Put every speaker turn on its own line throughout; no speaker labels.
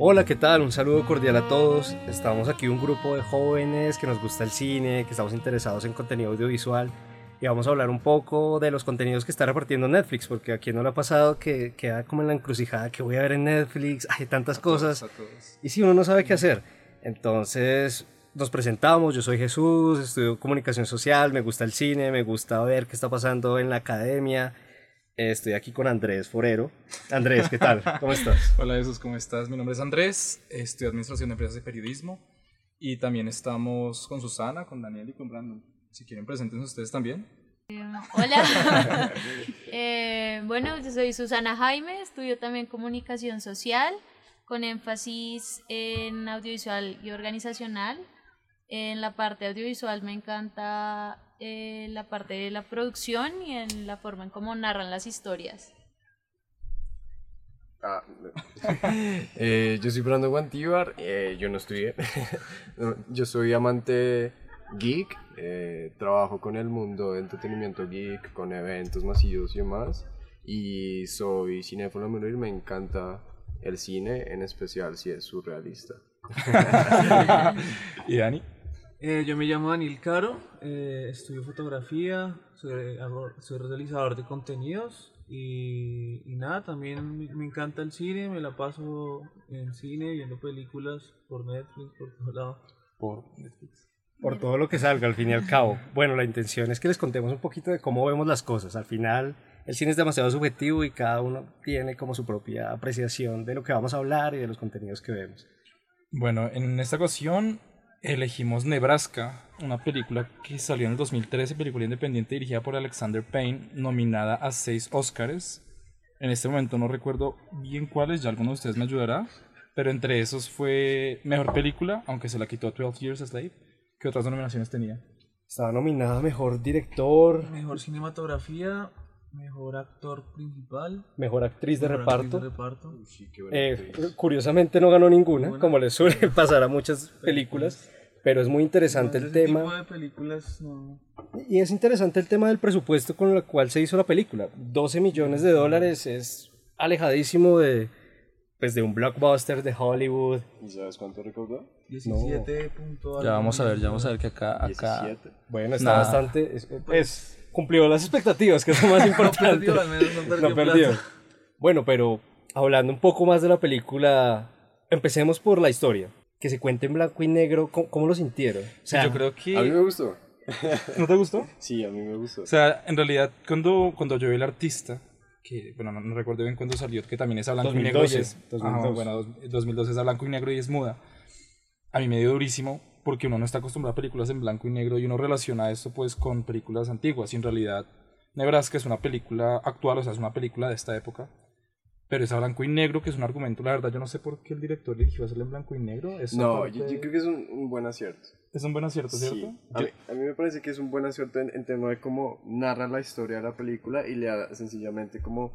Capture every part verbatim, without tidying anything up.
Hola, ¿qué tal? Un saludo cordial a todos. Estamos aquí un grupo de jóvenes que nos gusta el cine, que estamos interesados en contenido audiovisual y vamos a hablar un poco de los contenidos que está repartiendo Netflix, porque a quien no le ha pasado que queda como en la encrucijada, que voy a ver en Netflix, hay tantas cosas, y si uno no sabe qué hacer. Entonces nos presentamos, yo soy Jesús, estudio comunicación social, me gusta el cine, me gusta ver qué está pasando en la academia. Estoy aquí con Andrés Forero. Andrés, ¿qué tal? ¿Cómo estás?
Hola Jesús, ¿cómo estás? Mi nombre es Andrés, estudio Administración de Empresas y Periodismo y también estamos con Susana, con Daniel y con Brandon. Si quieren, preséntense ustedes también.
Eh, hola, eh, bueno, yo soy Susana Jaime, estudio también Comunicación Social con énfasis en audiovisual y organizacional. En la parte audiovisual me encanta eh, la parte de la producción y en la forma en cómo narran las historias.
Ah, eh, yo soy Brandon Guantíbar, eh, yo no estudié, no, yo soy amante geek, eh, trabajo con el mundo de entretenimiento geek, con eventos masivos y demás, y soy cinéfilo a morir, me encanta el cine, en especial si es surrealista.
¿Y Dani?
Eh, yo me llamo Daniel Caro, eh, estudio fotografía, soy, hago- soy realizador de contenidos y, y nada, también me, me encanta el cine, me la paso en cine, viendo películas por Netflix, por todos lados.
Por Netflix. Por todo lo que salga, al fin y al cabo. Bueno, la intención es que les contemos un poquito de cómo vemos las cosas. Al final, el cine es demasiado subjetivo y cada uno tiene como su propia apreciación de lo que vamos a hablar y de los contenidos que vemos.
Bueno, en esta ocasión elegimos Nebraska, una película que salió en el dos mil trece, película independiente dirigida por Alexander Payne, nominada a seis Oscars. En este momento no recuerdo bien cuáles, ya alguno de ustedes me ayudará, pero entre esos fue Mejor Película, aunque se la quitó twelve Years a Slave. ¿Qué otras nominaciones tenía?
Estaba nominada a Mejor Director,
Mejor cinematografía, mejor actor principal,
Mejor Actriz de
mejor actriz
Reparto.
de reparto.
Sí, qué buena
Eh,
actriz.
curiosamente no ganó ninguna,
Ninguna.
como le suele pasar a muchas películas, pero es muy interesante
No,
el
ese
tema.
tipo de películas no.
Y es interesante el tema del presupuesto con el cual se hizo la película. doce millones de dólares es alejadísimo de, pues, de un blockbuster de Hollywood.
¿Y sabes cuánto recaudó?
diecisiete punto
Ya vamos a ver, ya vamos a ver que acá... acá
diecisiete.
Bueno, está
Nah.
bastante... es- Pues cumplió las expectativas, que es lo más importante.
perdió, al menos no perdió
No perdió.
plata.
Bueno, pero hablando un poco más de la película, empecemos por la historia. Que se cuente en blanco y negro, ¿cómo, cómo lo sintieron? O sea,
yo creo que...
A mí me gustó.
¿No te gustó?
Sí, a mí me gustó.
O sea, en realidad, cuando, cuando yo vi El Artista, que, bueno, no, no recuerdo bien cuándo salió, que también es a blanco y negro y
dos mil doce,
es...
dos mil
Ajá,
dos.
bueno, dos- dos mil doce es a blanco y negro y es muda. A mí me dio durísimo porque uno no está acostumbrado a películas en blanco y negro y uno relaciona esto pues con películas antiguas y en realidad Nebraska es una película actual, o sea, es una película de esta época, pero es a blanco y negro, que es un argumento, la verdad yo no sé por qué el director eligió hacerlo en blanco y negro. Esa
No,
parte-
yo, yo creo que es un, un buen acierto.
Es un buen acierto, ¿cierto?
Sí, a
Yo-
mí, a mí me parece que es un buen acierto en, en tema de cómo narra la historia de la película y le da sencillamente como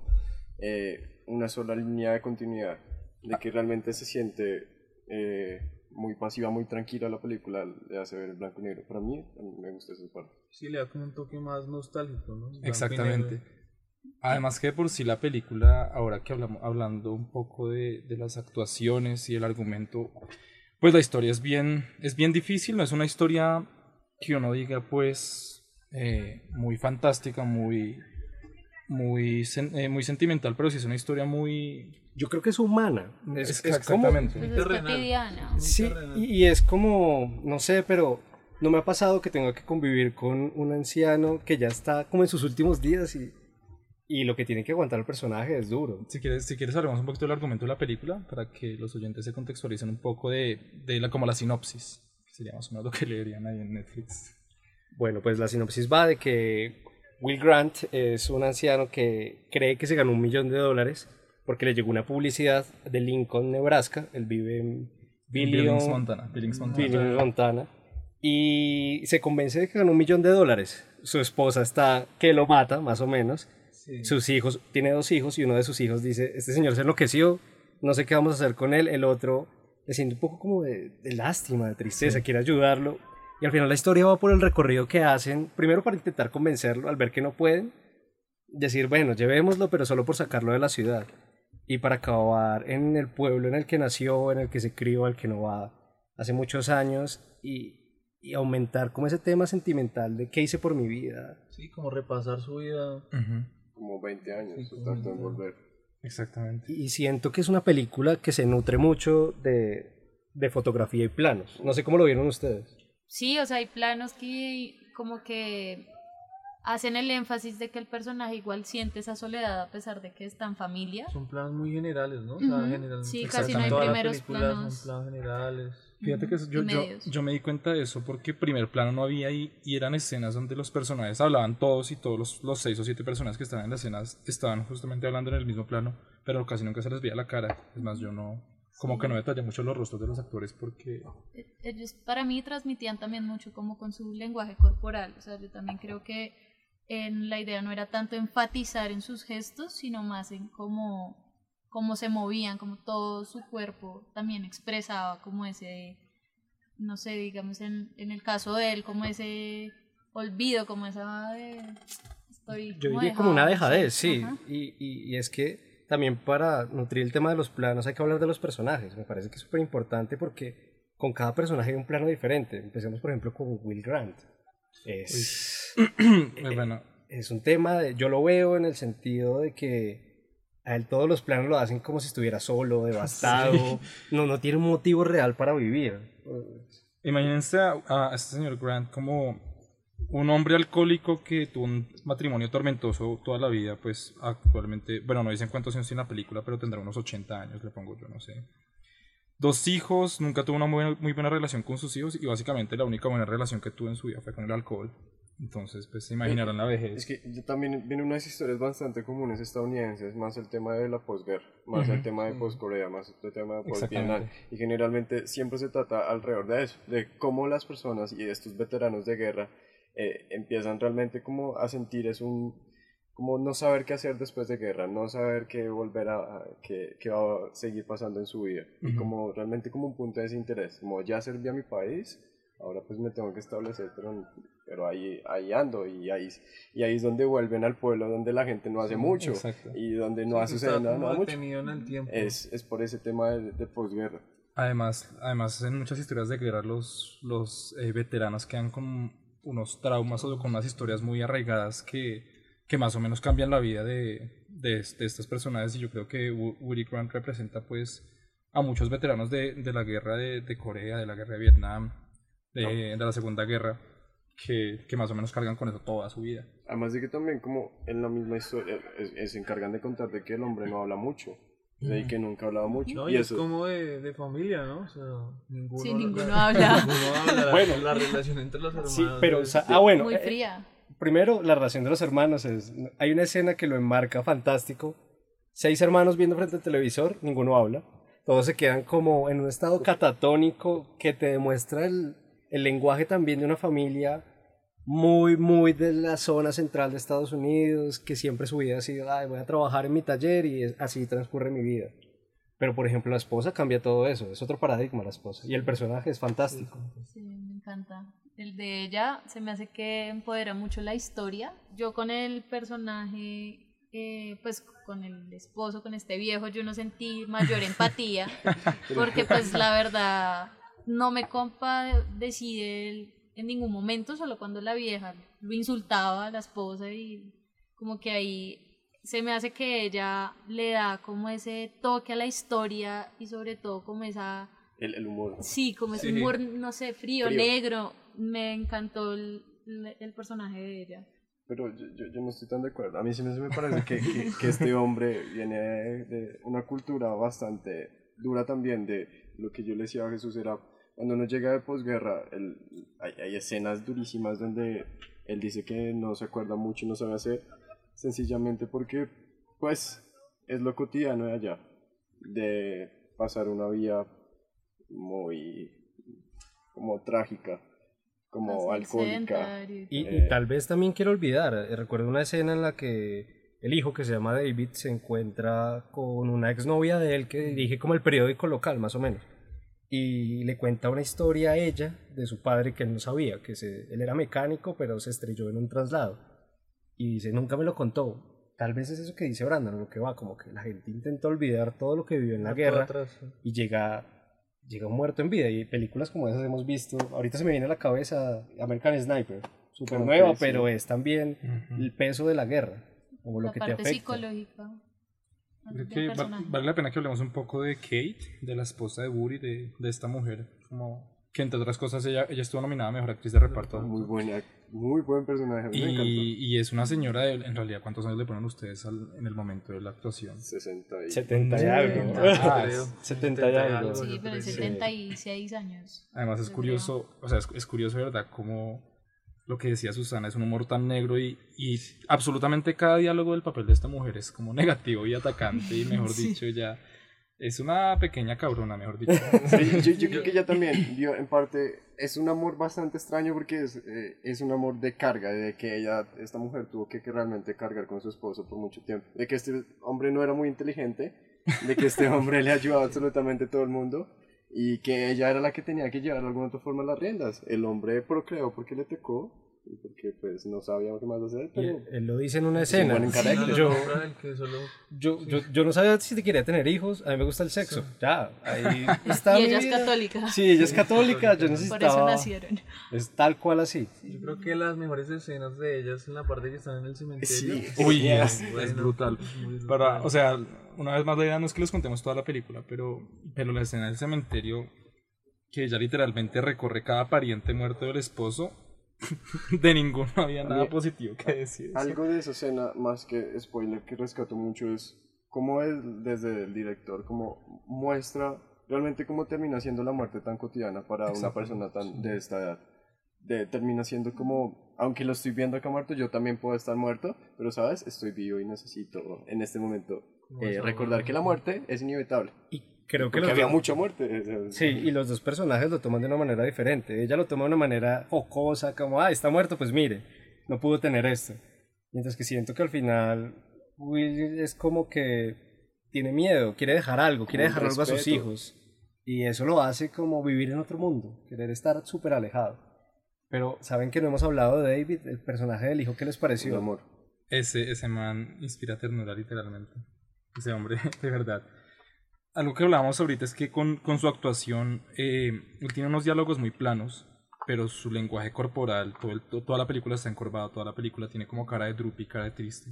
eh, una sola línea de continuidad, de que realmente se siente eh, muy pasiva, muy tranquila la película, le hace ver el blanco y negro. Para mí, a mí me gusta esa parte.
Sí, le da como un toque más nostálgico, ¿no? Blanco y
Exactamente.
negro.
Además que de por sí la película, ahora que hablamos, hablando un poco de, de las actuaciones y el argumento, pues la historia es bien, es bien difícil, no es una historia que uno diga pues eh, muy fantástica, muy, muy, sen- eh, muy sentimental, pero sí es una historia muy...
yo creo que es humana. Es,
Es-
es como...
exactamente.
Pues es
terrenal.
cotidiana.
Sí,
terrenal.
y, y es como, no sé, pero no me ha pasado que tenga que convivir con un anciano que ya está como en sus últimos días y, y lo que tiene que aguantar el personaje es duro.
Si quieres, si quieres hablemos un poquito del argumento de la película para que los oyentes se contextualicen un poco de, de la, como la sinopsis, que sería más o menos lo que leerían ahí en Netflix.
Bueno, pues la sinopsis va de que Will Grant es un anciano que cree que se ganó un millón de dólares porque le llegó una publicidad de Lincoln, Nebraska. Él vive en Billion-
Billings, Montana. Billings, Montana.
Billings, Montana. Y se convence de que ganó un millón de dólares. Su esposa está que lo mata, más o menos.
Sí.
Sus hijos, tiene dos hijos y uno de sus hijos dice, este señor se enloqueció, no sé qué vamos a hacer con él. El otro le siente un poco como de, de lástima, de tristeza, quiere ayudarlo. Y al final la historia va por el recorrido que hacen, primero para intentar convencerlo, al ver que no pueden, decir, bueno, llevémoslo, pero solo por sacarlo de la ciudad. y para acabar en el pueblo en el que nació, en el que se crió, al que no va hace muchos años y, y aumentar como ese tema sentimental de qué hice por mi vida.
Sí, como repasar su vida.
Ujú.
Como veinte años,
Sí, como
tratando de
veinte años.
volver.
Exactamente.
Y siento que es una película que se nutre mucho de, de fotografía y planos. No sé cómo lo vieron ustedes.
Sí, o sea, hay planos que como que hacen el énfasis de que el personaje igual siente esa soledad a pesar de que está en familia.
Son planos muy generales, ¿no? O sea,
Ujú.
general-
Sí,
casi no hay
toda la
primeros
película
planos.
Son planos generales.
Fíjate que
Ujú,
yo,
y
yo,
medios.
yo me di cuenta de eso porque primer plano no había y, y eran escenas donde los personajes hablaban todos y todos los, los seis o siete personajes que estaban en las escenas estaban justamente hablando en el mismo plano, pero casi nunca se les veía la cara. Es más, yo no, como que no detallé mucho los rostros de los actores porque...
E- Ellos para mí transmitían también mucho como con su lenguaje corporal. O sea, yo también creo que en la idea no era tanto enfatizar en sus gestos, sino más en cómo, cómo se movían, como todo su cuerpo también expresaba como ese, no sé, digamos en, en el caso de él, como ese olvido, como esa de... Estoy
Yo diría como una
dejado,
dejadez, sí.
Ajá.
Y, y, y es que también para nutrir el tema de los planos hay que hablar de los personajes. Me parece que es súper importante porque con cada personaje hay un plano diferente. Empecemos, por ejemplo, con Will Grant. Es,
Pues bueno,
es un tema, de, yo lo veo en el sentido de que a él todos los planos lo hacen como si estuviera solo, devastado. No, no tiene un motivo real para vivir.
imagínense a, a este señor Grant como un hombre alcohólico que tuvo un matrimonio tormentoso toda la vida, pues actualmente, bueno, no dicen cuántos años tiene la película, pero tendrá unos ochenta años, le pongo yo, no sé. Dos hijos, nunca tuvo una muy, muy buena relación con sus hijos y básicamente la única buena relación que tuvo en su vida fue con el alcohol. Entonces, pues se imaginarán la vejez.
Es que yo también vienen unas historias bastante comunes estadounidenses, más el tema de la posguerra, más el
Ujú.
tema de poscorea, más el tema de
Exactamente.
posvietnam. Y generalmente siempre se trata alrededor de eso, de cómo las personas y estos veteranos de guerra eh, empiezan realmente como a sentir es un como no saber qué hacer después de guerra, no saber qué volver a, a- qué, qué va a seguir pasando en su vida. Y
Ujú.
como realmente como un punto de desinterés, como ya serví a mi país, ahora pues me tengo que establecer, pero, pero ahí, ahí ando y ahí, y ahí es donde vuelven al pueblo donde la gente no hace
Sí,
mucho
exacto.
y donde no
Sí,
hace
que
sucede
está
nada,
como
nada mucho.
detenido en el tiempo.
Es, es por ese tema de, de posguerra.
Además, además, en muchas historias de guerra los, los eh, veteranos quedan con unos traumas o con unas historias muy arraigadas que, que más o menos cambian la vida de, de, de estas personas y yo creo que Wo- Woody Grant representa pues a muchos veteranos de, de la guerra de, de Corea, de la guerra de Vietnam, de, de la Segunda Guerra, que, que más o menos cargan con eso toda su vida.
Además de que también como en la misma historia es- es- se encargan de contar de que el hombre no habla mucho, o sea, y que nunca hablaba mucho.
No,
y
y es
eso,
como de, de familia, ¿no? O sea, ninguno,
Sí, ninguno
la-
habla.
ninguno habla. La,
Bueno.
la relación entre los hermanos.
Sí, pero, o
es-
sea, ah, bueno,
Muy
eh,
fría.
primero, la relación de los hermanos es... Hay una escena que lo enmarca fantástico. Seis hermanos viendo frente al televisor, ninguno habla. Todos se quedan como en un estado catatónico que te demuestra el, el lenguaje también de una familia muy, muy de la zona central de Estados Unidos, que siempre su vida ha sido, ay, voy a trabajar en mi taller y es- así transcurre mi vida. Pero, por ejemplo, la esposa cambia todo eso. Es otro paradigma la esposa. Y el personaje es fantástico.
Sí, me encanta. El de ella se me hace que empodera mucho la historia. Yo con el personaje, eh, pues con el esposo, con este viejo, yo no sentí mayor empatía, porque pues la verdad no me compadecí de él en ningún momento, solo cuando la vieja lo insultaba a la esposa y como que ahí se me hace que ella le da como ese toque a la historia y sobre todo como esa...
el, el humor.
Sí, como ese
Sí.
humor, no sé, frío,
Frío.
negro. Me encantó el, el personaje de ella.
Pero yo, yo, yo no estoy tan de acuerdo. A mí sí me, sí me parece que, que, que este hombre viene de, de una cultura bastante dura también, de lo que yo le decía a Jesús era, cuando uno llega de posguerra, él- hay, hay escenas durísimas donde él dice que no se acuerda mucho y no sabe hacer, sencillamente porque, pues, es lo cotidiano de allá, de pasar una vida muy, como trágica, como
Así,
alcohólica.
sedentario
Y,
todo.
y tal vez también quiero olvidar, eh, recuerdo una escena en la que el hijo que se llama David se encuentra con una exnovia de él que dirige como el periódico local, más o menos. Y le cuenta una historia a ella de su padre que él no sabía, que se- él era mecánico pero se estrelló en un traslado. Y dice, nunca me lo contó. tal vez es eso que dice Brandon, lo que va, como que la gente intenta olvidar todo lo que vivió en la
Todo
guerra
atrás, sí.
y llega, llega un muerto en vida. Y películas como esas hemos visto. Ahorita se me viene a la cabeza American Sniper, súper
Ok,
nueva,
sí.
pero es también
Ujú.
el peso de la guerra, como lo
La
que te
parte
afecta.
psicológica
Creo
del
que va-
personaje.
vale la pena que hablemos un poco de Kate, de la esposa de Woody, de, de esta mujer, como que entre otras cosas ella, ella estuvo nominada a Mejor Actriz de Reparto.
Muy buena, muy buen personaje, a mí me encantó.
Y, y es una señora, de, en realidad, ¿cuántos años le ponen ustedes al- en el momento de la actuación?
sesenta y...
setenta y algo.
Ah,
creo.
setenta y algo.
Sí,
yo
pero en
creo.
setenta y seis años.
Además es
yo
curioso, o sea, es, es curioso, de verdad, como lo que decía Susana, es un humor tan negro y, y absolutamente cada diálogo del papel de esta mujer es como negativo y atacante y mejor dicho ya es una pequeña cabrona, mejor dicho.
Sí, yo, yo creo que ella también vio en parte, es un amor bastante extraño porque es, eh, es un amor de carga, de que ella, esta mujer tuvo que, que realmente cargar con su esposo por mucho tiempo, de que este hombre no era muy inteligente, de que este hombre le ayudaba absolutamente a todo el mundo y que ella era la que tenía que llevar de alguna otra forma las riendas. El hombre procreó porque le tocó y porque pues no sabía qué más hacer,
Y
pero...
él, él lo dice en una
un
escena.
buen
Sí,
carácter.
no,
Yo,
no, no, el que solo-
yo, yo, yo no sabía si te quería tener hijos. A mí me gusta el sexo. Ya, ahí está.
Y
mi
ella es
vida.
católica.
Sí, ella es católica. Yo
Por
necesitaba.
eso nacieron.
Es tal cual así.
Yo creo que las mejores escenas de ellas en la parte que están en el cementerio.
Sí.
Uy,
Yeah.
es, es
Bueno,
brutal.
es muy
Para,
brutal.
o sea, una vez más la idea no es que les contemos toda la película, pero, pero la escena del cementerio, que ella literalmente recorre cada pariente muerto del esposo, de ninguno había nada
mí-
positivo que decir.
Algo de esa escena, más que spoiler, que rescato mucho es cómo es, desde el director, cómo muestra realmente cómo termina siendo la muerte tan cotidiana para una
Exacto,
persona tan
sí.
de esta edad. De, termina siendo como, aunque lo estoy viendo acá muerto, yo también puedo estar muerto, pero sabes, estoy vivo y necesito en este momento eh, recordar que la muerte es inevitable.
Y creo que
Porque
los
había
dos-
mucha muerte. o sea,
Sí, y los dos personajes lo toman de una manera diferente. Ella lo toma de una manera jocosa, como, ah, está muerto, pues mire, no pudo tener esto. Mientras que siento que al final Will es como que tiene miedo, quiere dejar algo, quiere
Un
dejar algo a sus
respeto.
hijos. Y eso lo hace como vivir en otro mundo, querer estar súper alejado. Pero, ¿saben que no hemos hablado de David, el personaje del hijo? ¿Qué les
el
pareció?
amor.
Ese, ese man inspira ternura literalmente. Ese hombre, de verdad. Algo que hablábamos ahorita es que con, con su actuación, eh, él tiene unos diálogos muy planos, pero su lenguaje corporal, todo el- to- toda la película está encorvada, toda la película tiene como cara de droopy, cara de triste.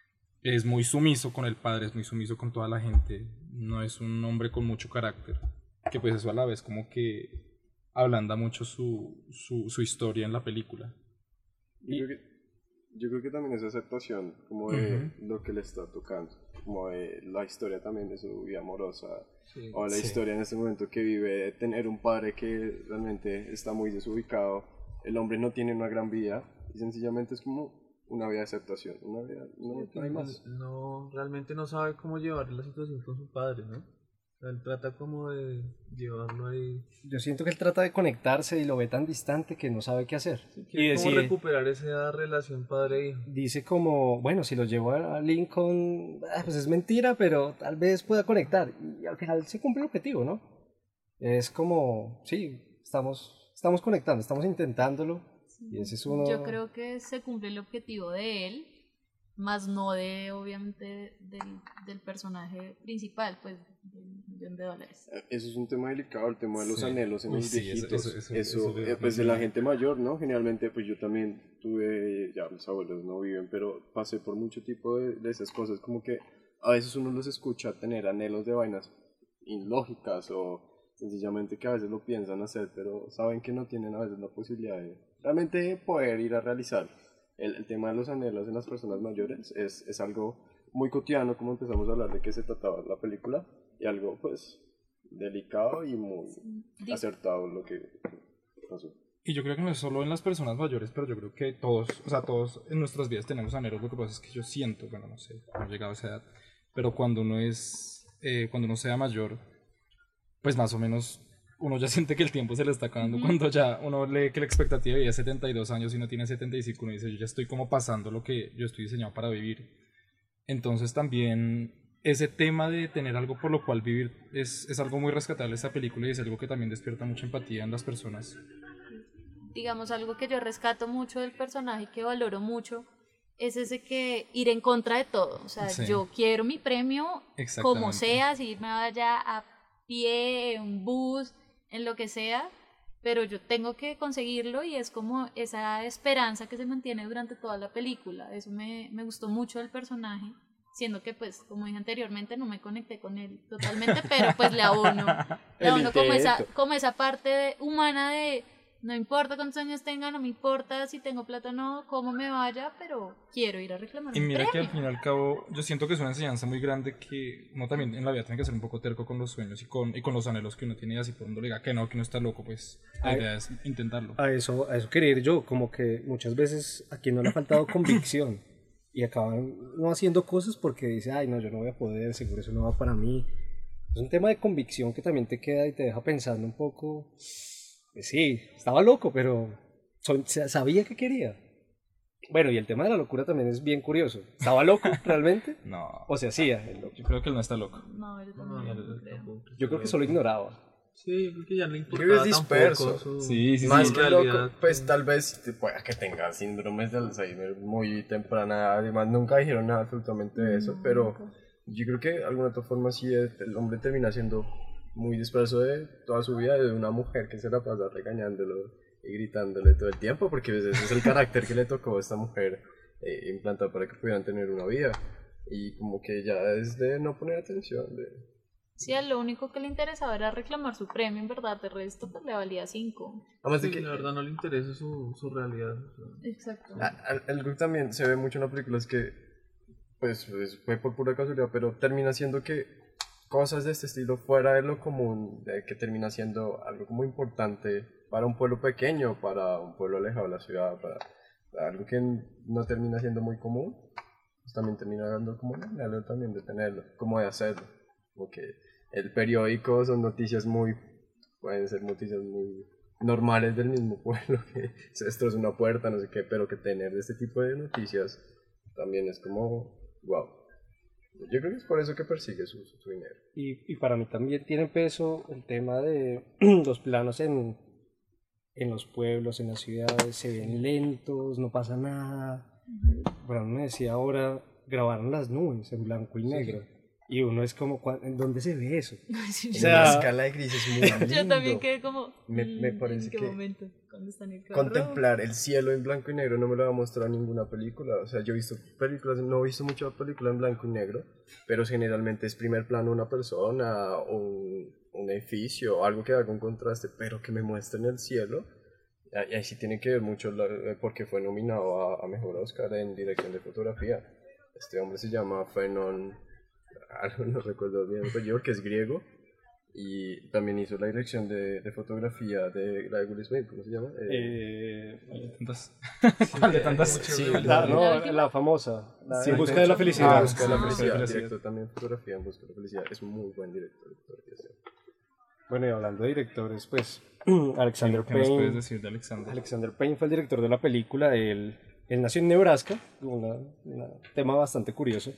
Es muy sumiso con el padre, es muy sumiso con toda la gente. No es un hombre con mucho carácter. Que pues eso a la vez como que ablanda mucho su, su, su historia en la película.
Yo creo, que, yo creo que también esa aceptación como de lo que le está tocando, como de la historia también de su vida amorosa,
Sí.
o la
Sí.
historia en este momento que vive de tener un padre que realmente está muy desubicado, el hombre no tiene una gran vida y sencillamente es como una vida de aceptación, una vida, no, no hay más.
No, realmente no sabe cómo llevar la situación con su padre, ¿no? O sea, él trata como de llevarlo ahí.
Yo siento que él trata de conectarse y lo ve tan distante que no sabe qué hacer. y
Quiere como
decide-
recuperar esa relación padre-hijo.
dice como, bueno, si lo llevo a Lincoln, ah, pues es mentira, pero tal vez pueda conectar. Y al final se cumple el objetivo, ¿no? Es como, sí, estamos, estamos conectando, estamos intentándolo. Y ese es uno...
Yo creo que se cumple el objetivo de él, más no de, obviamente, del, del personaje principal, pues, del millón de dólares.
Eso es un tema delicado, el tema de los
Sí.
anhelos en
Uy,
los
sí, eso-
viejitos.
eso-
Eso,
eso- eso
eh,
es
pues de
muy-
la gente mayor, ¿no? Generalmente, pues yo también tuve, ya mis abuelos no viven, pero pasé por mucho tipo de, de esas cosas, como que a veces uno los escucha tener anhelos de vainas ilógicas o sencillamente que a veces lo piensan hacer, pero saben que no tienen a veces la posibilidad de realmente poder ir a realizar. El, el tema de los anhelos en las personas mayores es, es algo muy cotidiano, como empezamos a hablar de qué se trataba la película, y algo pues delicado y muy
Di-
acertado lo que pasó.
Y yo creo que no es solo en las personas mayores, pero yo creo que todos, o sea, todos en nuestras vidas tenemos anhelos. Lo que pasa es que yo siento, bueno, no sé, no he llegado a esa edad, pero cuando uno es, eh, cuando uno sea mayor, pues más o menos uno ya siente que el tiempo se le está acabando. Cuando ya uno lee que la expectativa de vida es setenta y dos años y no tiene setenta y cinco, uno dice, yo ya estoy como pasando lo que yo estoy diseñado para vivir. Entonces también ese tema de tener algo por lo cual vivir es, es algo muy rescatable de esta película y es algo que también despierta mucha empatía en las personas.
Digamos, algo que yo rescato mucho del personaje y que valoro mucho es ese que ir en contra de todo. O sea,
Sí.
yo quiero mi premio como
Exactamente.
sea, si me vaya a pie, en bus, en lo que sea, pero yo tengo que conseguirlo y es como esa esperanza que se mantiene durante toda la película. Eso me, me gustó mucho del personaje, siendo que pues, como dije anteriormente, no me conecté con él totalmente, pero pues le abono, le
El
abono como esa,
intento.
como esa parte humana de no importa cuántos años tenga, no me importa si tengo plata o no, cómo me vaya, pero quiero ir a reclamar
Y
mi
mira que al
premio.
fin y al cabo, yo siento que es una enseñanza muy grande que uno también en la vida tiene que ser un poco terco con los sueños y con, y con los anhelos que uno tiene, y así por uno le diga que no, que no está loco, pues la
Ay.
idea es intentarlo.
A eso, a eso quería ir yo, como que muchas veces a quien no le ha faltado convicción y acaban no haciendo cosas porque dice, ay no, yo no voy a poder, seguro eso no va para mí. Es un tema de convicción que también te queda y te deja pensando un poco, pues sí, estaba loco, pero son- sa- sabía que quería. Bueno, y el tema de la locura también es bien curioso. ¿Estaba loco realmente?
No,
¿O se hacía el loco?
yo creo que él no está loco.
No, yo
No,
también
no,
lo creo.
tampoco.
Yo creo que solo ignoraba.
Sí, creo que ya no le
creo que es
importaba
disperso.
tampoco su,
Sí, sí,
Más
su
que
realidad.
loco, pues tal vez te pueda que tenga síndromes de Alzheimer muy temprana. Además, nunca dijeron nada absolutamente de eso, pero yo creo que de alguna otra forma sí es- el hombre termina siendo muy disperso de toda su vida, de una mujer que se la pasa regañándolo y gritándole todo el tiempo, porque pues, ese es el carácter que le tocó a esta mujer eh, implantar para que pudieran tener una vida. Y como que ya es de no poner atención, de...
Sí, a él lo único que le interesaba era reclamar su premio, en verdad, el resto pues le valía cinco.
Además de
Sí,
que
la verdad no le interesa su, su realidad. o sea.
Exacto.
a- a- algo que también se ve mucho en las películas que pues, pues, fue por pura casualidad, pero termina siendo que cosas de este estilo fuera de lo común, de que termina siendo algo como importante para un pueblo pequeño, para un pueblo alejado de la ciudad, para, para algo que no termina siendo muy común, pues también termina dando como un anhelo también de tenerlo, como de hacerlo, como que el periódico son noticias muy, pueden ser noticias muy normales del mismo pueblo, que se destroza una puerta, no sé qué, pero que tener este tipo de noticias también es como, wow. Yo creo que es por eso que persigue su, su dinero.
Y, y para mí también tiene peso el tema de los planos en, en los pueblos, en las ciudades, se ven lentos, no pasa nada. Bueno, me decía ahora, grabaron las nubes en blanco y negro. Y uno es como, ¿cuál- ¿en dónde se ve eso?
Sí,
O
yo-
sea,
Una escala de gris es muy lindo.
yo también quedé como.
Me- me
mm,
parece
¿en qué
que
momento? ¿Cuándo está en el carro?
Contemplar el cielo en blanco y negro no me lo va a mostrar ninguna película. O sea, yo he visto películas, no he visto mucha película en blanco y negro, pero generalmente es primer plano una persona o un, un edificio o algo que haga un contraste, pero que me muestren el cielo. Y ahí sí tiene que ver mucho la- eh, porque fue nominado a, a Mejor Oscar en dirección de fotografía. Este hombre se llama Fenon, algo no recuerdo bien, pero yo que es griego. Y también hizo la dirección de, de fotografía de la de Will Smith, ¿cómo se llama? Eh,
eh,
Tantas. ¿Cuál de tantas?
sí,
la, no,
¿La última?
la famosa, la
Sí,
En busca de la
En
felicidad.
busca de la
Ah.
felicidad.
Felicidad.
Director también de fotografía, En busca de la felicidad. Es un muy buen director de fotografía. sí.
Bueno, y hablando de directores, pues Alexander
¿Qué nos puedes
Payne.
decir de Alexander?
Alexander Payne fue el director de la película. Él, él nació en Nebraska, un tema bastante curioso.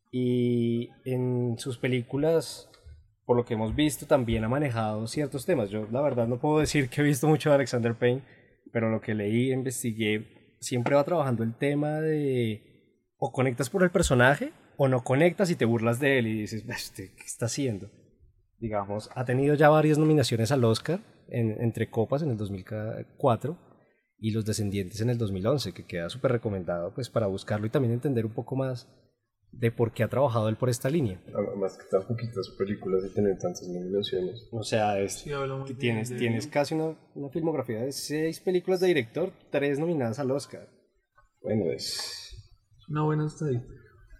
Y en sus películas, por lo que hemos visto, también ha manejado ciertos temas. Yo, la verdad, no puedo decir que he visto mucho de Alexander Payne, pero lo que leí, investigué, siempre va trabajando el tema de o conectas por el personaje o no conectas y te burlas de él y dices, "Este, ¿qué está haciendo?". Digamos, ha tenido ya varias nominaciones al Oscar, en, entre Copas en el dos mil cuatro y Los Descendientes en el dos mil once, que queda súper recomendado pues, para buscarlo y también entender un poco más de por qué ha trabajado él por esta línea.
Además que tan poquitas películas y tener tantas nominaciones.
O sea, es,
Sí, habla muy
que
bien
tienes,
de
tienes
él.
casi una, una filmografía de seis películas de director, tres nominadas al Oscar. Bueno, es...
Una buena estadística.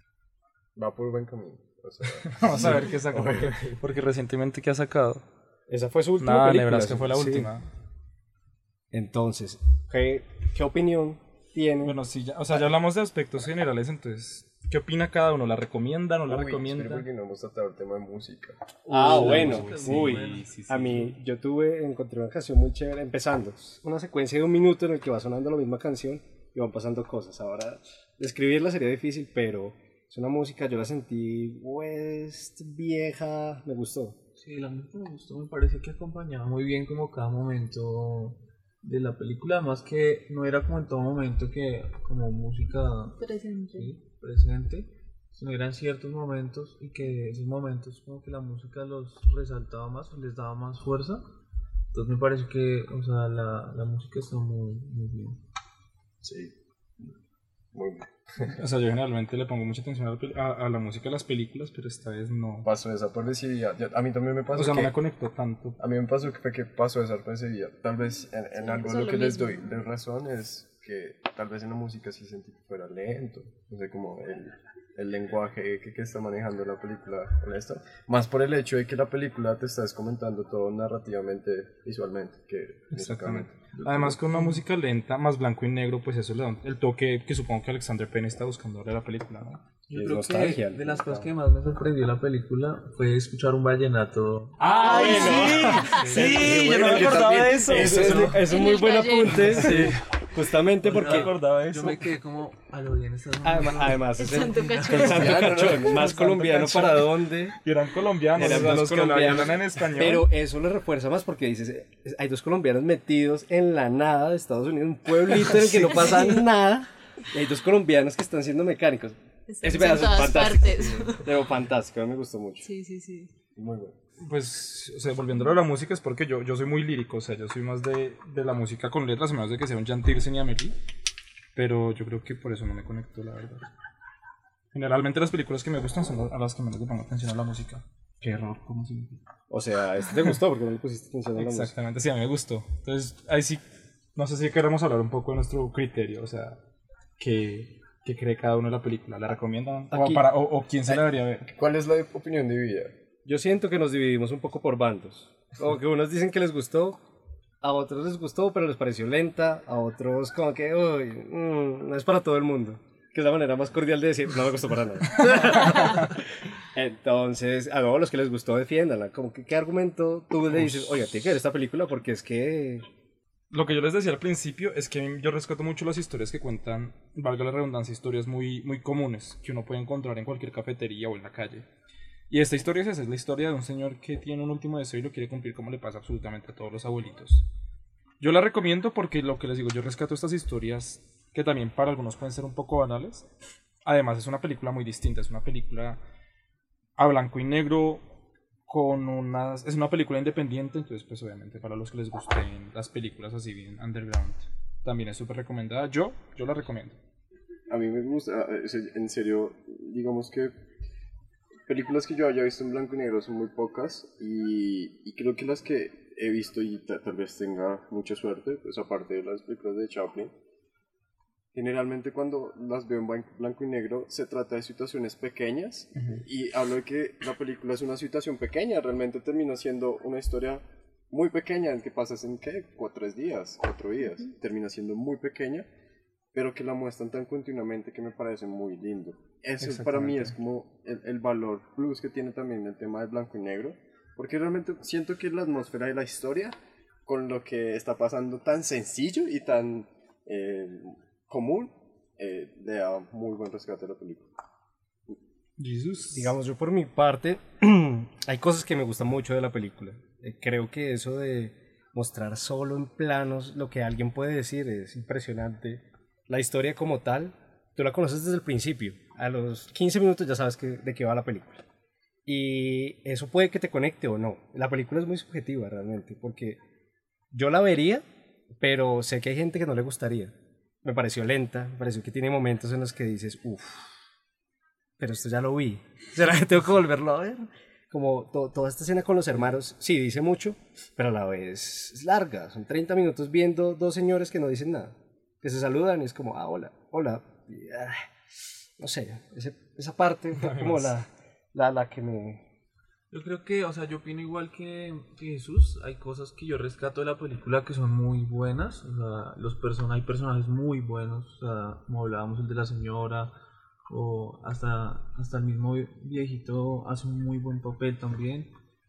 Va por buen camino. O sea,
Vamos a ver qué saca. Porque, porque recientemente, ¿qué ha sacado?
Esa fue su última
Nada,
película.
Nebraska fue la
sí.
última.
Entonces, ¿qué, qué opinión tiene?
Bueno, sí, ya, o sea, ya hablamos de aspectos generales, entonces, ¿qué opina cada uno? ¿La recomienda, no la
uy,
recomienda?
espero porque no hemos tratado el tema de música.
Ah,
Uy, la
bueno,
música es
uy,
muy buena.
sí, sí,
a mí yo tuve, encontré una canción muy chévere, empezando, una secuencia de un minuto en el que va sonando la misma canción y van pasando cosas. Ahora, describirla sería difícil, pero es una música, yo la sentí west, vieja, me gustó.
Sí, la música me gustó, me parece que acompañaba muy bien como cada momento de la película, además que no era como en todo momento que como música
Presente.
¿sí? presente, sino eran ciertos momentos y que esos momentos como que la música los resaltaba más, les daba más fuerza. Entonces me parece que, o sea, la, la música está muy, muy bien.
Sí, muy bien.
O sea, yo generalmente le pongo mucha atención a la, pel- a- a la música de las películas, pero esta vez no.
Pasó desapercibida. Ya- A mí también me pasó
O sea, no
que...
me conectó tanto.
A mí me pasó que fue que pasó desapercibida. Tal vez en, en
Sí,
algo
pasó
lo
lo
que les
mismo.
doy de razón es que tal vez en la música sí sentí que fuera lento. No sé, como el, el lenguaje que, que está manejando la película con esto. Más por el hecho de que la película te estás comentando todo narrativamente, visualmente, que
Exactamente.
musicalmente.
Además, con una música lenta, más blanco y negro, pues eso le da el toque que supongo que Alexander Payne está buscando darle a la película, ¿no?
Yo
Es
creo
nostalgia,
que de las
¿no?
cosas que más me sorprendió la película fue escuchar un vallenato.
¡Ah,
Sí,
sí! Yo no
bueno,
me
yo
acordaba
también.
de eso.
Eso es, eso es
En
muy
el
buen
taller.
apunte, sí. Justamente
No me
porque
acordaba de
Yo
eso.
me quedé como a lo bien estás
además, además
El
es el,
santo
el
cachorro.
santo cachón, más
santo
colombiano
cachón.
para dónde.
Y eran colombianos,
Eran
o sea,
dos
los que
colombianos,
hablan en español.
pero eso le refuerza más porque dices, eh, hay dos colombianos metidos en la nada de Estados Unidos, un pueblito en el que no pasa nada, y hay dos colombianos que están siendo mecánicos.
Están
Ese
en
pedazo es
todas
fantástico.
partes.
Pero fantástico, a mí me gustó mucho.
Sí, sí, sí.
Muy bueno.
Pues, o sea, volviéndolo a la música, es porque yo, yo soy muy lírico, o sea, yo soy más de, de la música con letras, a menos de que sea un Jan Tiersen y Amelie, pero yo creo que por eso no me conecto, la verdad. Generalmente las películas que me gustan son a las que menos le pongo atención a la música. Qué error, ¿cómo se dice?
O sea, este te gustó porque no le pusiste atención a la música.
Exactamente, sí, a mí me gustó. Entonces, ahí sí, no sé si queremos hablar un poco de nuestro criterio, o sea, que, que cree cada uno de la película. ¿La recomiendan? O,
Aquí-
para, o, o quién se la debería ver.
¿Cuál es la opinión dividida?
Yo siento que nos dividimos un poco por bandos. Como que unos dicen que les gustó, a otros les gustó, pero les pareció lenta, a otros como que, uy, mm, no es para todo el mundo. Que es la manera más cordial de decir, no me gustó para nada. Entonces, a todos los que les gustó, defiéndanla. Como que, ¿qué argumento tú le dices, oiga, tiene que ver esta película porque es que...
Lo que yo les decía al principio es que yo rescato mucho las historias que cuentan, valga la redundancia, historias muy, muy comunes que uno puede encontrar en cualquier cafetería o en la calle. Y esta historia es esa, es la historia de un señor que tiene un último deseo y lo quiere cumplir como le pasa absolutamente a todos los abuelitos. Yo la recomiendo porque lo que les digo, yo rescato estas historias que también para algunos pueden ser un poco banales. Además es una película muy distinta, es una película a blanco y negro con unas... Es una película independiente, entonces pues obviamente para los que les gusten las películas así bien underground, también es súper recomendada. Yo, yo la recomiendo.
A mí me gusta, eh, en serio, digamos que películas que yo haya visto en blanco y negro son muy pocas y, y creo que las que he visto y ta- tal vez tenga mucha suerte, pues aparte de las películas de Chaplin, generalmente cuando las veo en blan- blanco y negro se trata de situaciones pequeñas y hablo de que la película es una situación pequeña, realmente termina siendo una historia muy pequeña en que pasas en ¿qué? Cu- tres días, cuatro días, termina siendo muy pequeña pero que la muestran tan continuamente que me parece muy lindo. Eso para mí
Exactamente.
es como el, el valor plus que tiene también el tema de blanco y negro, porque realmente siento que la atmósfera y la historia, con lo que está pasando tan sencillo y tan eh, común, eh, le da muy buen rescate a la película.
Jesus.
Digamos, yo por mi parte, hay cosas que me gustan mucho de la película. Eh, creo que eso de mostrar solo en planos lo que alguien puede decir es impresionante. La historia como tal, tú la conoces desde el principio. A los quince minutos ya sabes que, de qué va la película. Y eso puede que te conecte o no. La película es muy subjetiva realmente, porque yo la vería, pero sé que hay gente que no le gustaría. Me pareció lenta, me pareció que tiene momentos en los que dices, uff, pero esto ya lo vi. ¿Será que tengo que volverlo a ver? Como to- toda esta escena con los hermanos, sí, dice mucho, pero a la vez es larga. Son treinta minutos viendo dos señores que no dicen nada, que se saludan y es como, ah, hola, hola. Y, ah, no sé, ese- esa parte fue como la, la, la que me...
Yo creo que, o sea, yo opino igual que, que Jesús. Hay cosas que yo rescato de la película que son muy buenas. O sea, los person hay personajes muy buenos. O sea, como hablábamos, el de la señora. O hasta, hasta el mismo viejito hace un muy buen papel también.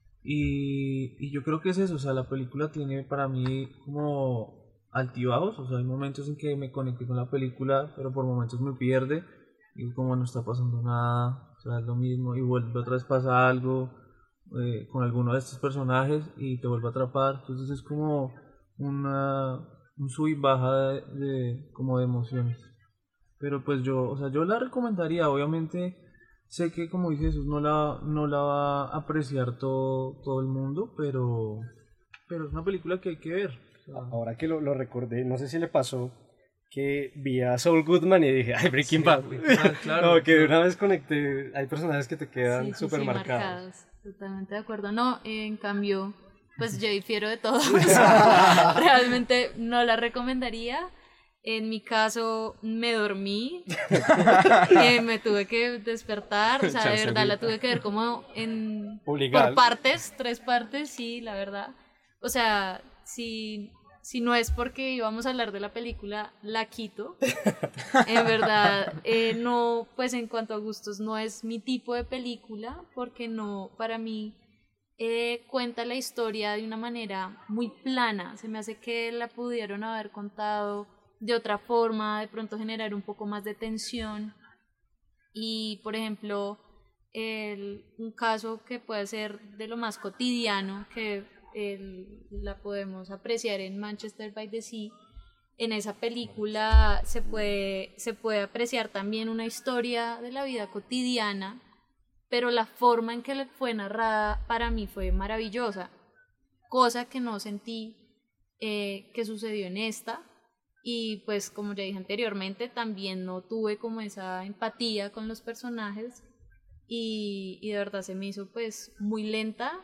Y, y yo creo que es eso. O sea, la película tiene para mí como altibajos. O sea, hay momentos en que me conecté con la película, pero por momentos me pierde. Y como no está pasando nada. O sea, es lo mismo. Y vuelve otra vez pasa algo. Eh, con alguno de estos personajes y te vuelve a atrapar. Entonces es como una, un sub y baja de, de- como de emociones. Pero pues yo, o sea, yo la recomendaría, obviamente sé que como dice Jesús no la, no la va a apreciar todo, todo el mundo, pero, pero es una película que hay que ver. O sea,
Ahora que lo, lo recordé, no sé si le pasó que vi a Saul Goodman y dije, ay, Breaking
Sí,
Bad.
Breaking Bad, claro,
Como que de
claro.
una vez conecté, hay personajes que te quedan
Sí, sí,
súper
sí,
marcados.
marcados. Totalmente de acuerdo. No, en cambio, pues yo difiero de todo eso. Realmente no la recomendaría. En mi caso, me dormí, eh, me tuve que despertar, o sea, de verdad la tuve que ver como en
Obligada.
por partes, tres partes, sí, la verdad. O sea, si, si no es porque íbamos a hablar de la película, la quito. En verdad, eh, no, pues en cuanto a gustos, no es mi tipo de película, porque no, para mí eh, cuenta la historia de una manera muy plana. Se me hace que la pudieron haber contado de otra forma, de pronto generar un poco más de tensión. Y, por ejemplo, el- un caso que puede ser de lo más cotidiano, que el- la podemos apreciar en Manchester by the Sea. En esa película se puede, se puede apreciar también una historia de la vida cotidiana, pero la forma en que le fue narrada para mí fue maravillosa, cosa que no sentí eh, que sucedió en esta. Y pues como ya dije anteriormente, también no tuve como esa empatía con los personajes y, y de verdad se me hizo pues muy lenta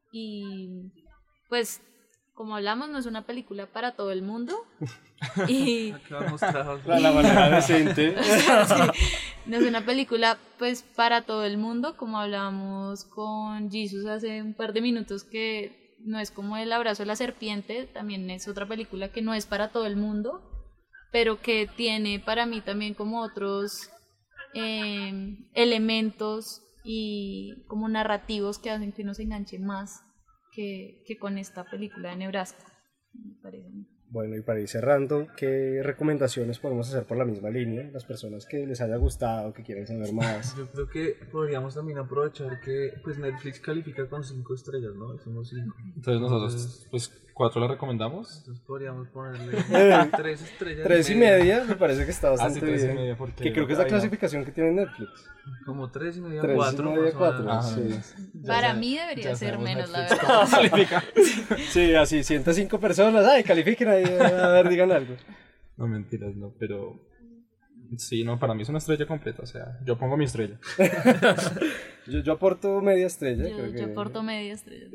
y pues como hablamos no es una película para todo el mundo y
Acá vamos trabajos.
La, la manera decente.
sí, no es una película pues para todo el mundo, como hablábamos con Jesus hace un par de minutos, que no es como El abrazo de la serpiente, también es otra película que no es para todo el mundo, pero que tiene para mí también como otros eh, elementos y como narrativos que hacen que uno se enganche más que, que con esta película de Nebraska, me parece a mí.
Bueno, y para ir cerrando, ¿qué recomendaciones podemos hacer por la misma línea? Las personas que les haya gustado, que quieran saber más.
Yo creo que podríamos también aprovechar que pues Netflix califica con cinco estrellas, ¿no? Hicimos cinco.
Entonces nosotros, pues, cuatro la recomendamos.
Entonces podríamos ponerle tres estrellas.
Tres y media, me parece que está
Ah, sí,
bastante
tres y
bien.
media, porque
que creo que es la
ahí no.
clasificación que tiene Netflix.
Como tres y media,
Tres y
cuatro.
media,
más o
cuatro.
menos.
Ajá.
Sí.
Para
sabe-
mí debería
ya
ser
sabemos
menos, la
Netflix
verdad.
cómo califica.
Sí, así, ciento cinco personas. Ay, califiquen ahí, a ver, digan algo.
No, mentiras, no, pero... Sí, no, para mí es una estrella completa, o sea, yo pongo mi estrella.
Yo, yo aporto media estrella.
Yo,
creo
yo
que...
aporto media estrella.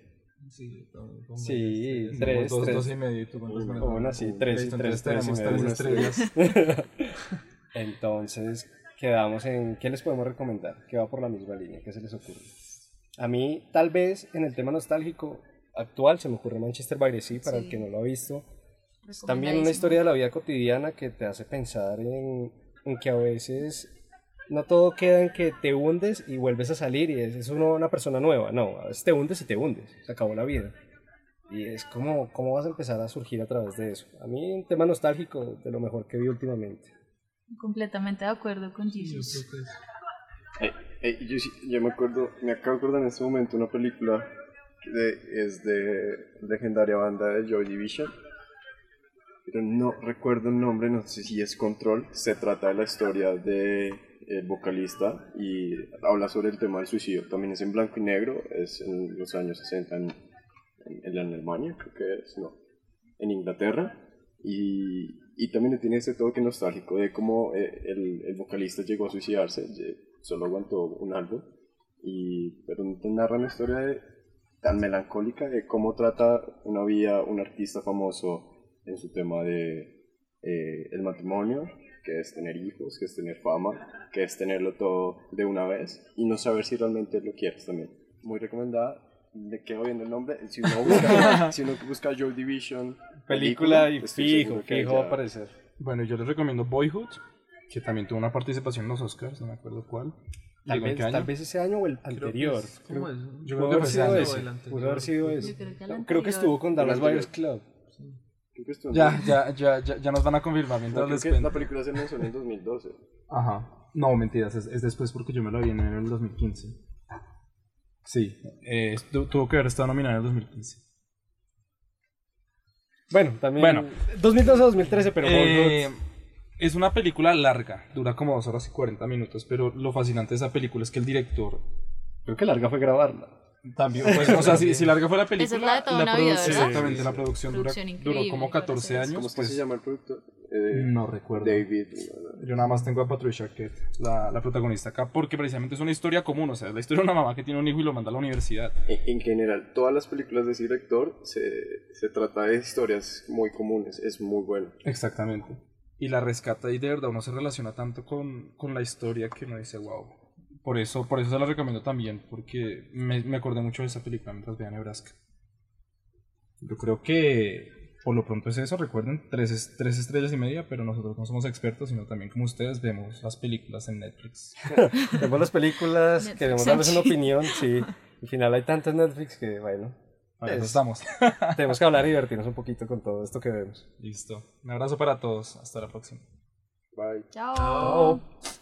Sí, yo también pongo
Sí,
media estrella.
tres,
dos,
tres.
dos y medio, y tú cuántas pones?
O una, sí, tres y
Listo,
tres,
entonces
tres y
tenemos
medio,
tres
una
estrellas.
Entonces, quedamos en qué les podemos recomendar, que va por la misma línea, qué se les ocurre. A mí, tal vez, en el tema nostálgico actual, se me ocurre Manchester by the Sea, para el
Sí.
que no lo ha visto. Es también una historia de la vida cotidiana que te hace pensar en, en que a veces no todo queda en que te hundes y vuelves a salir y es, es uno una persona nueva. No, a veces te hundes y te hundes, se acabó la vida. Y es como, ¿cómo vas a empezar a surgir a través de eso? A mí, un tema nostálgico, de lo mejor que vi últimamente.
Completamente de acuerdo con
Yo
Jesus.
creo que es-
Eh, eh, yo, sí- yo me acuerdo, me acabo de acordar en este momento una película que de- es de legendaria banda de Joy Division, pero no recuerdo el nombre, no sé si es Control. Se trata de la historia de el vocalista y habla sobre el tema del suicidio. También es en blanco y negro, es en los años sesenta en, en, en Alemania, creo que es, no, en Inglaterra. Y, y también tiene ese toque nostálgico de cómo eh, el, el vocalista llegó a suicidarse, ye- solo aguantó un álbum, y, pero te narra una historia de- tan melancólica de cómo trata una vida un artista famoso en su tema de eh, el matrimonio, que es tener hijos, que es tener fama, que es tenerlo todo de una vez y no saber si realmente lo quieres también. Muy recomendada. Le quedo viendo el nombre. Si uno busca, si uno busca Joy Division
Película y
estoy
fijo,
seguro que
fijo va a
ya-
aparecer.
Bueno, yo les recomiendo Boyhood, que también tuvo una participación en los Oscars, no me acuerdo cuál.
Tal
Digo, ¿en
vez,
qué año?
tal vez ese año o el
creo que
anterior.
es- ¿Cómo es?
Yo
Pudo
creo que
haber
fue
sido
ese
ese.
año. El anterior.
Pudo haber sido
Yo
ese.
creo que el
Creo que
anterior.
estuvo con Dallas
El anterior.
Buyers Club.
Creo que estuvo en
Ya,
dos-
ya, ya, ya, ya nos van a confirmar
no,
mientras
creo
les
que
cuento.
la película se lanzó en el dos mil doce.
Ajá. No, mentiras, es, es después porque yo me la vi en el dos mil quince. Sí, eh, tu- tuvo que haber estado nominada en el dos mil quince.
Bueno, también.
Bueno.
dos mil doce a dos mil trece, pero
Eh,
Boyhood.
es una película larga, dura como dos horas y cuarenta minutos, pero lo fascinante de esa película es que el director
Creo que larga fue grabarla.
también, pues, o sea, si, si larga fue la película,
Esa es la de toda una vida,
produc-
¿verdad?
exactamente,
Sí,
la
sí.
producción, dura-
Producción
duró
increíble,
como
para
catorce
hacer
años,
¿Cómo es que
pues
se llama el productor? Eh,
no recuerdo.
David.
Yo nada más tengo a Patricia Arquette, la, la protagonista acá, porque precisamente es una historia común, o sea, es la historia de una mamá que tiene un hijo y lo manda a la universidad.
En, en general, todas las películas de ese director se, se trata de historias muy comunes. Es muy bueno.
Exactamente. Y la rescata y de verdad uno se relaciona tanto con, con la historia que uno dice, wow. Por eso, por eso se la recomiendo también, porque me, me acordé mucho de esa película mientras veía Nebraska. Yo creo que por lo pronto es eso, recuerden, tres, es- tres estrellas y media, pero nosotros no somos expertos, sino también como ustedes vemos las películas en Netflix.
Vemos las películas,
Netflix
queremos
and
darles una
chill.
opinión, sí. Al final hay tantas Netflix que, bueno,
Para eso
Es-
estamos.
tenemos que hablar y divertirnos un poquito con todo esto que vemos.
Listo. Un abrazo para todos. Hasta la próxima.
Bye.
Chao.
Chao.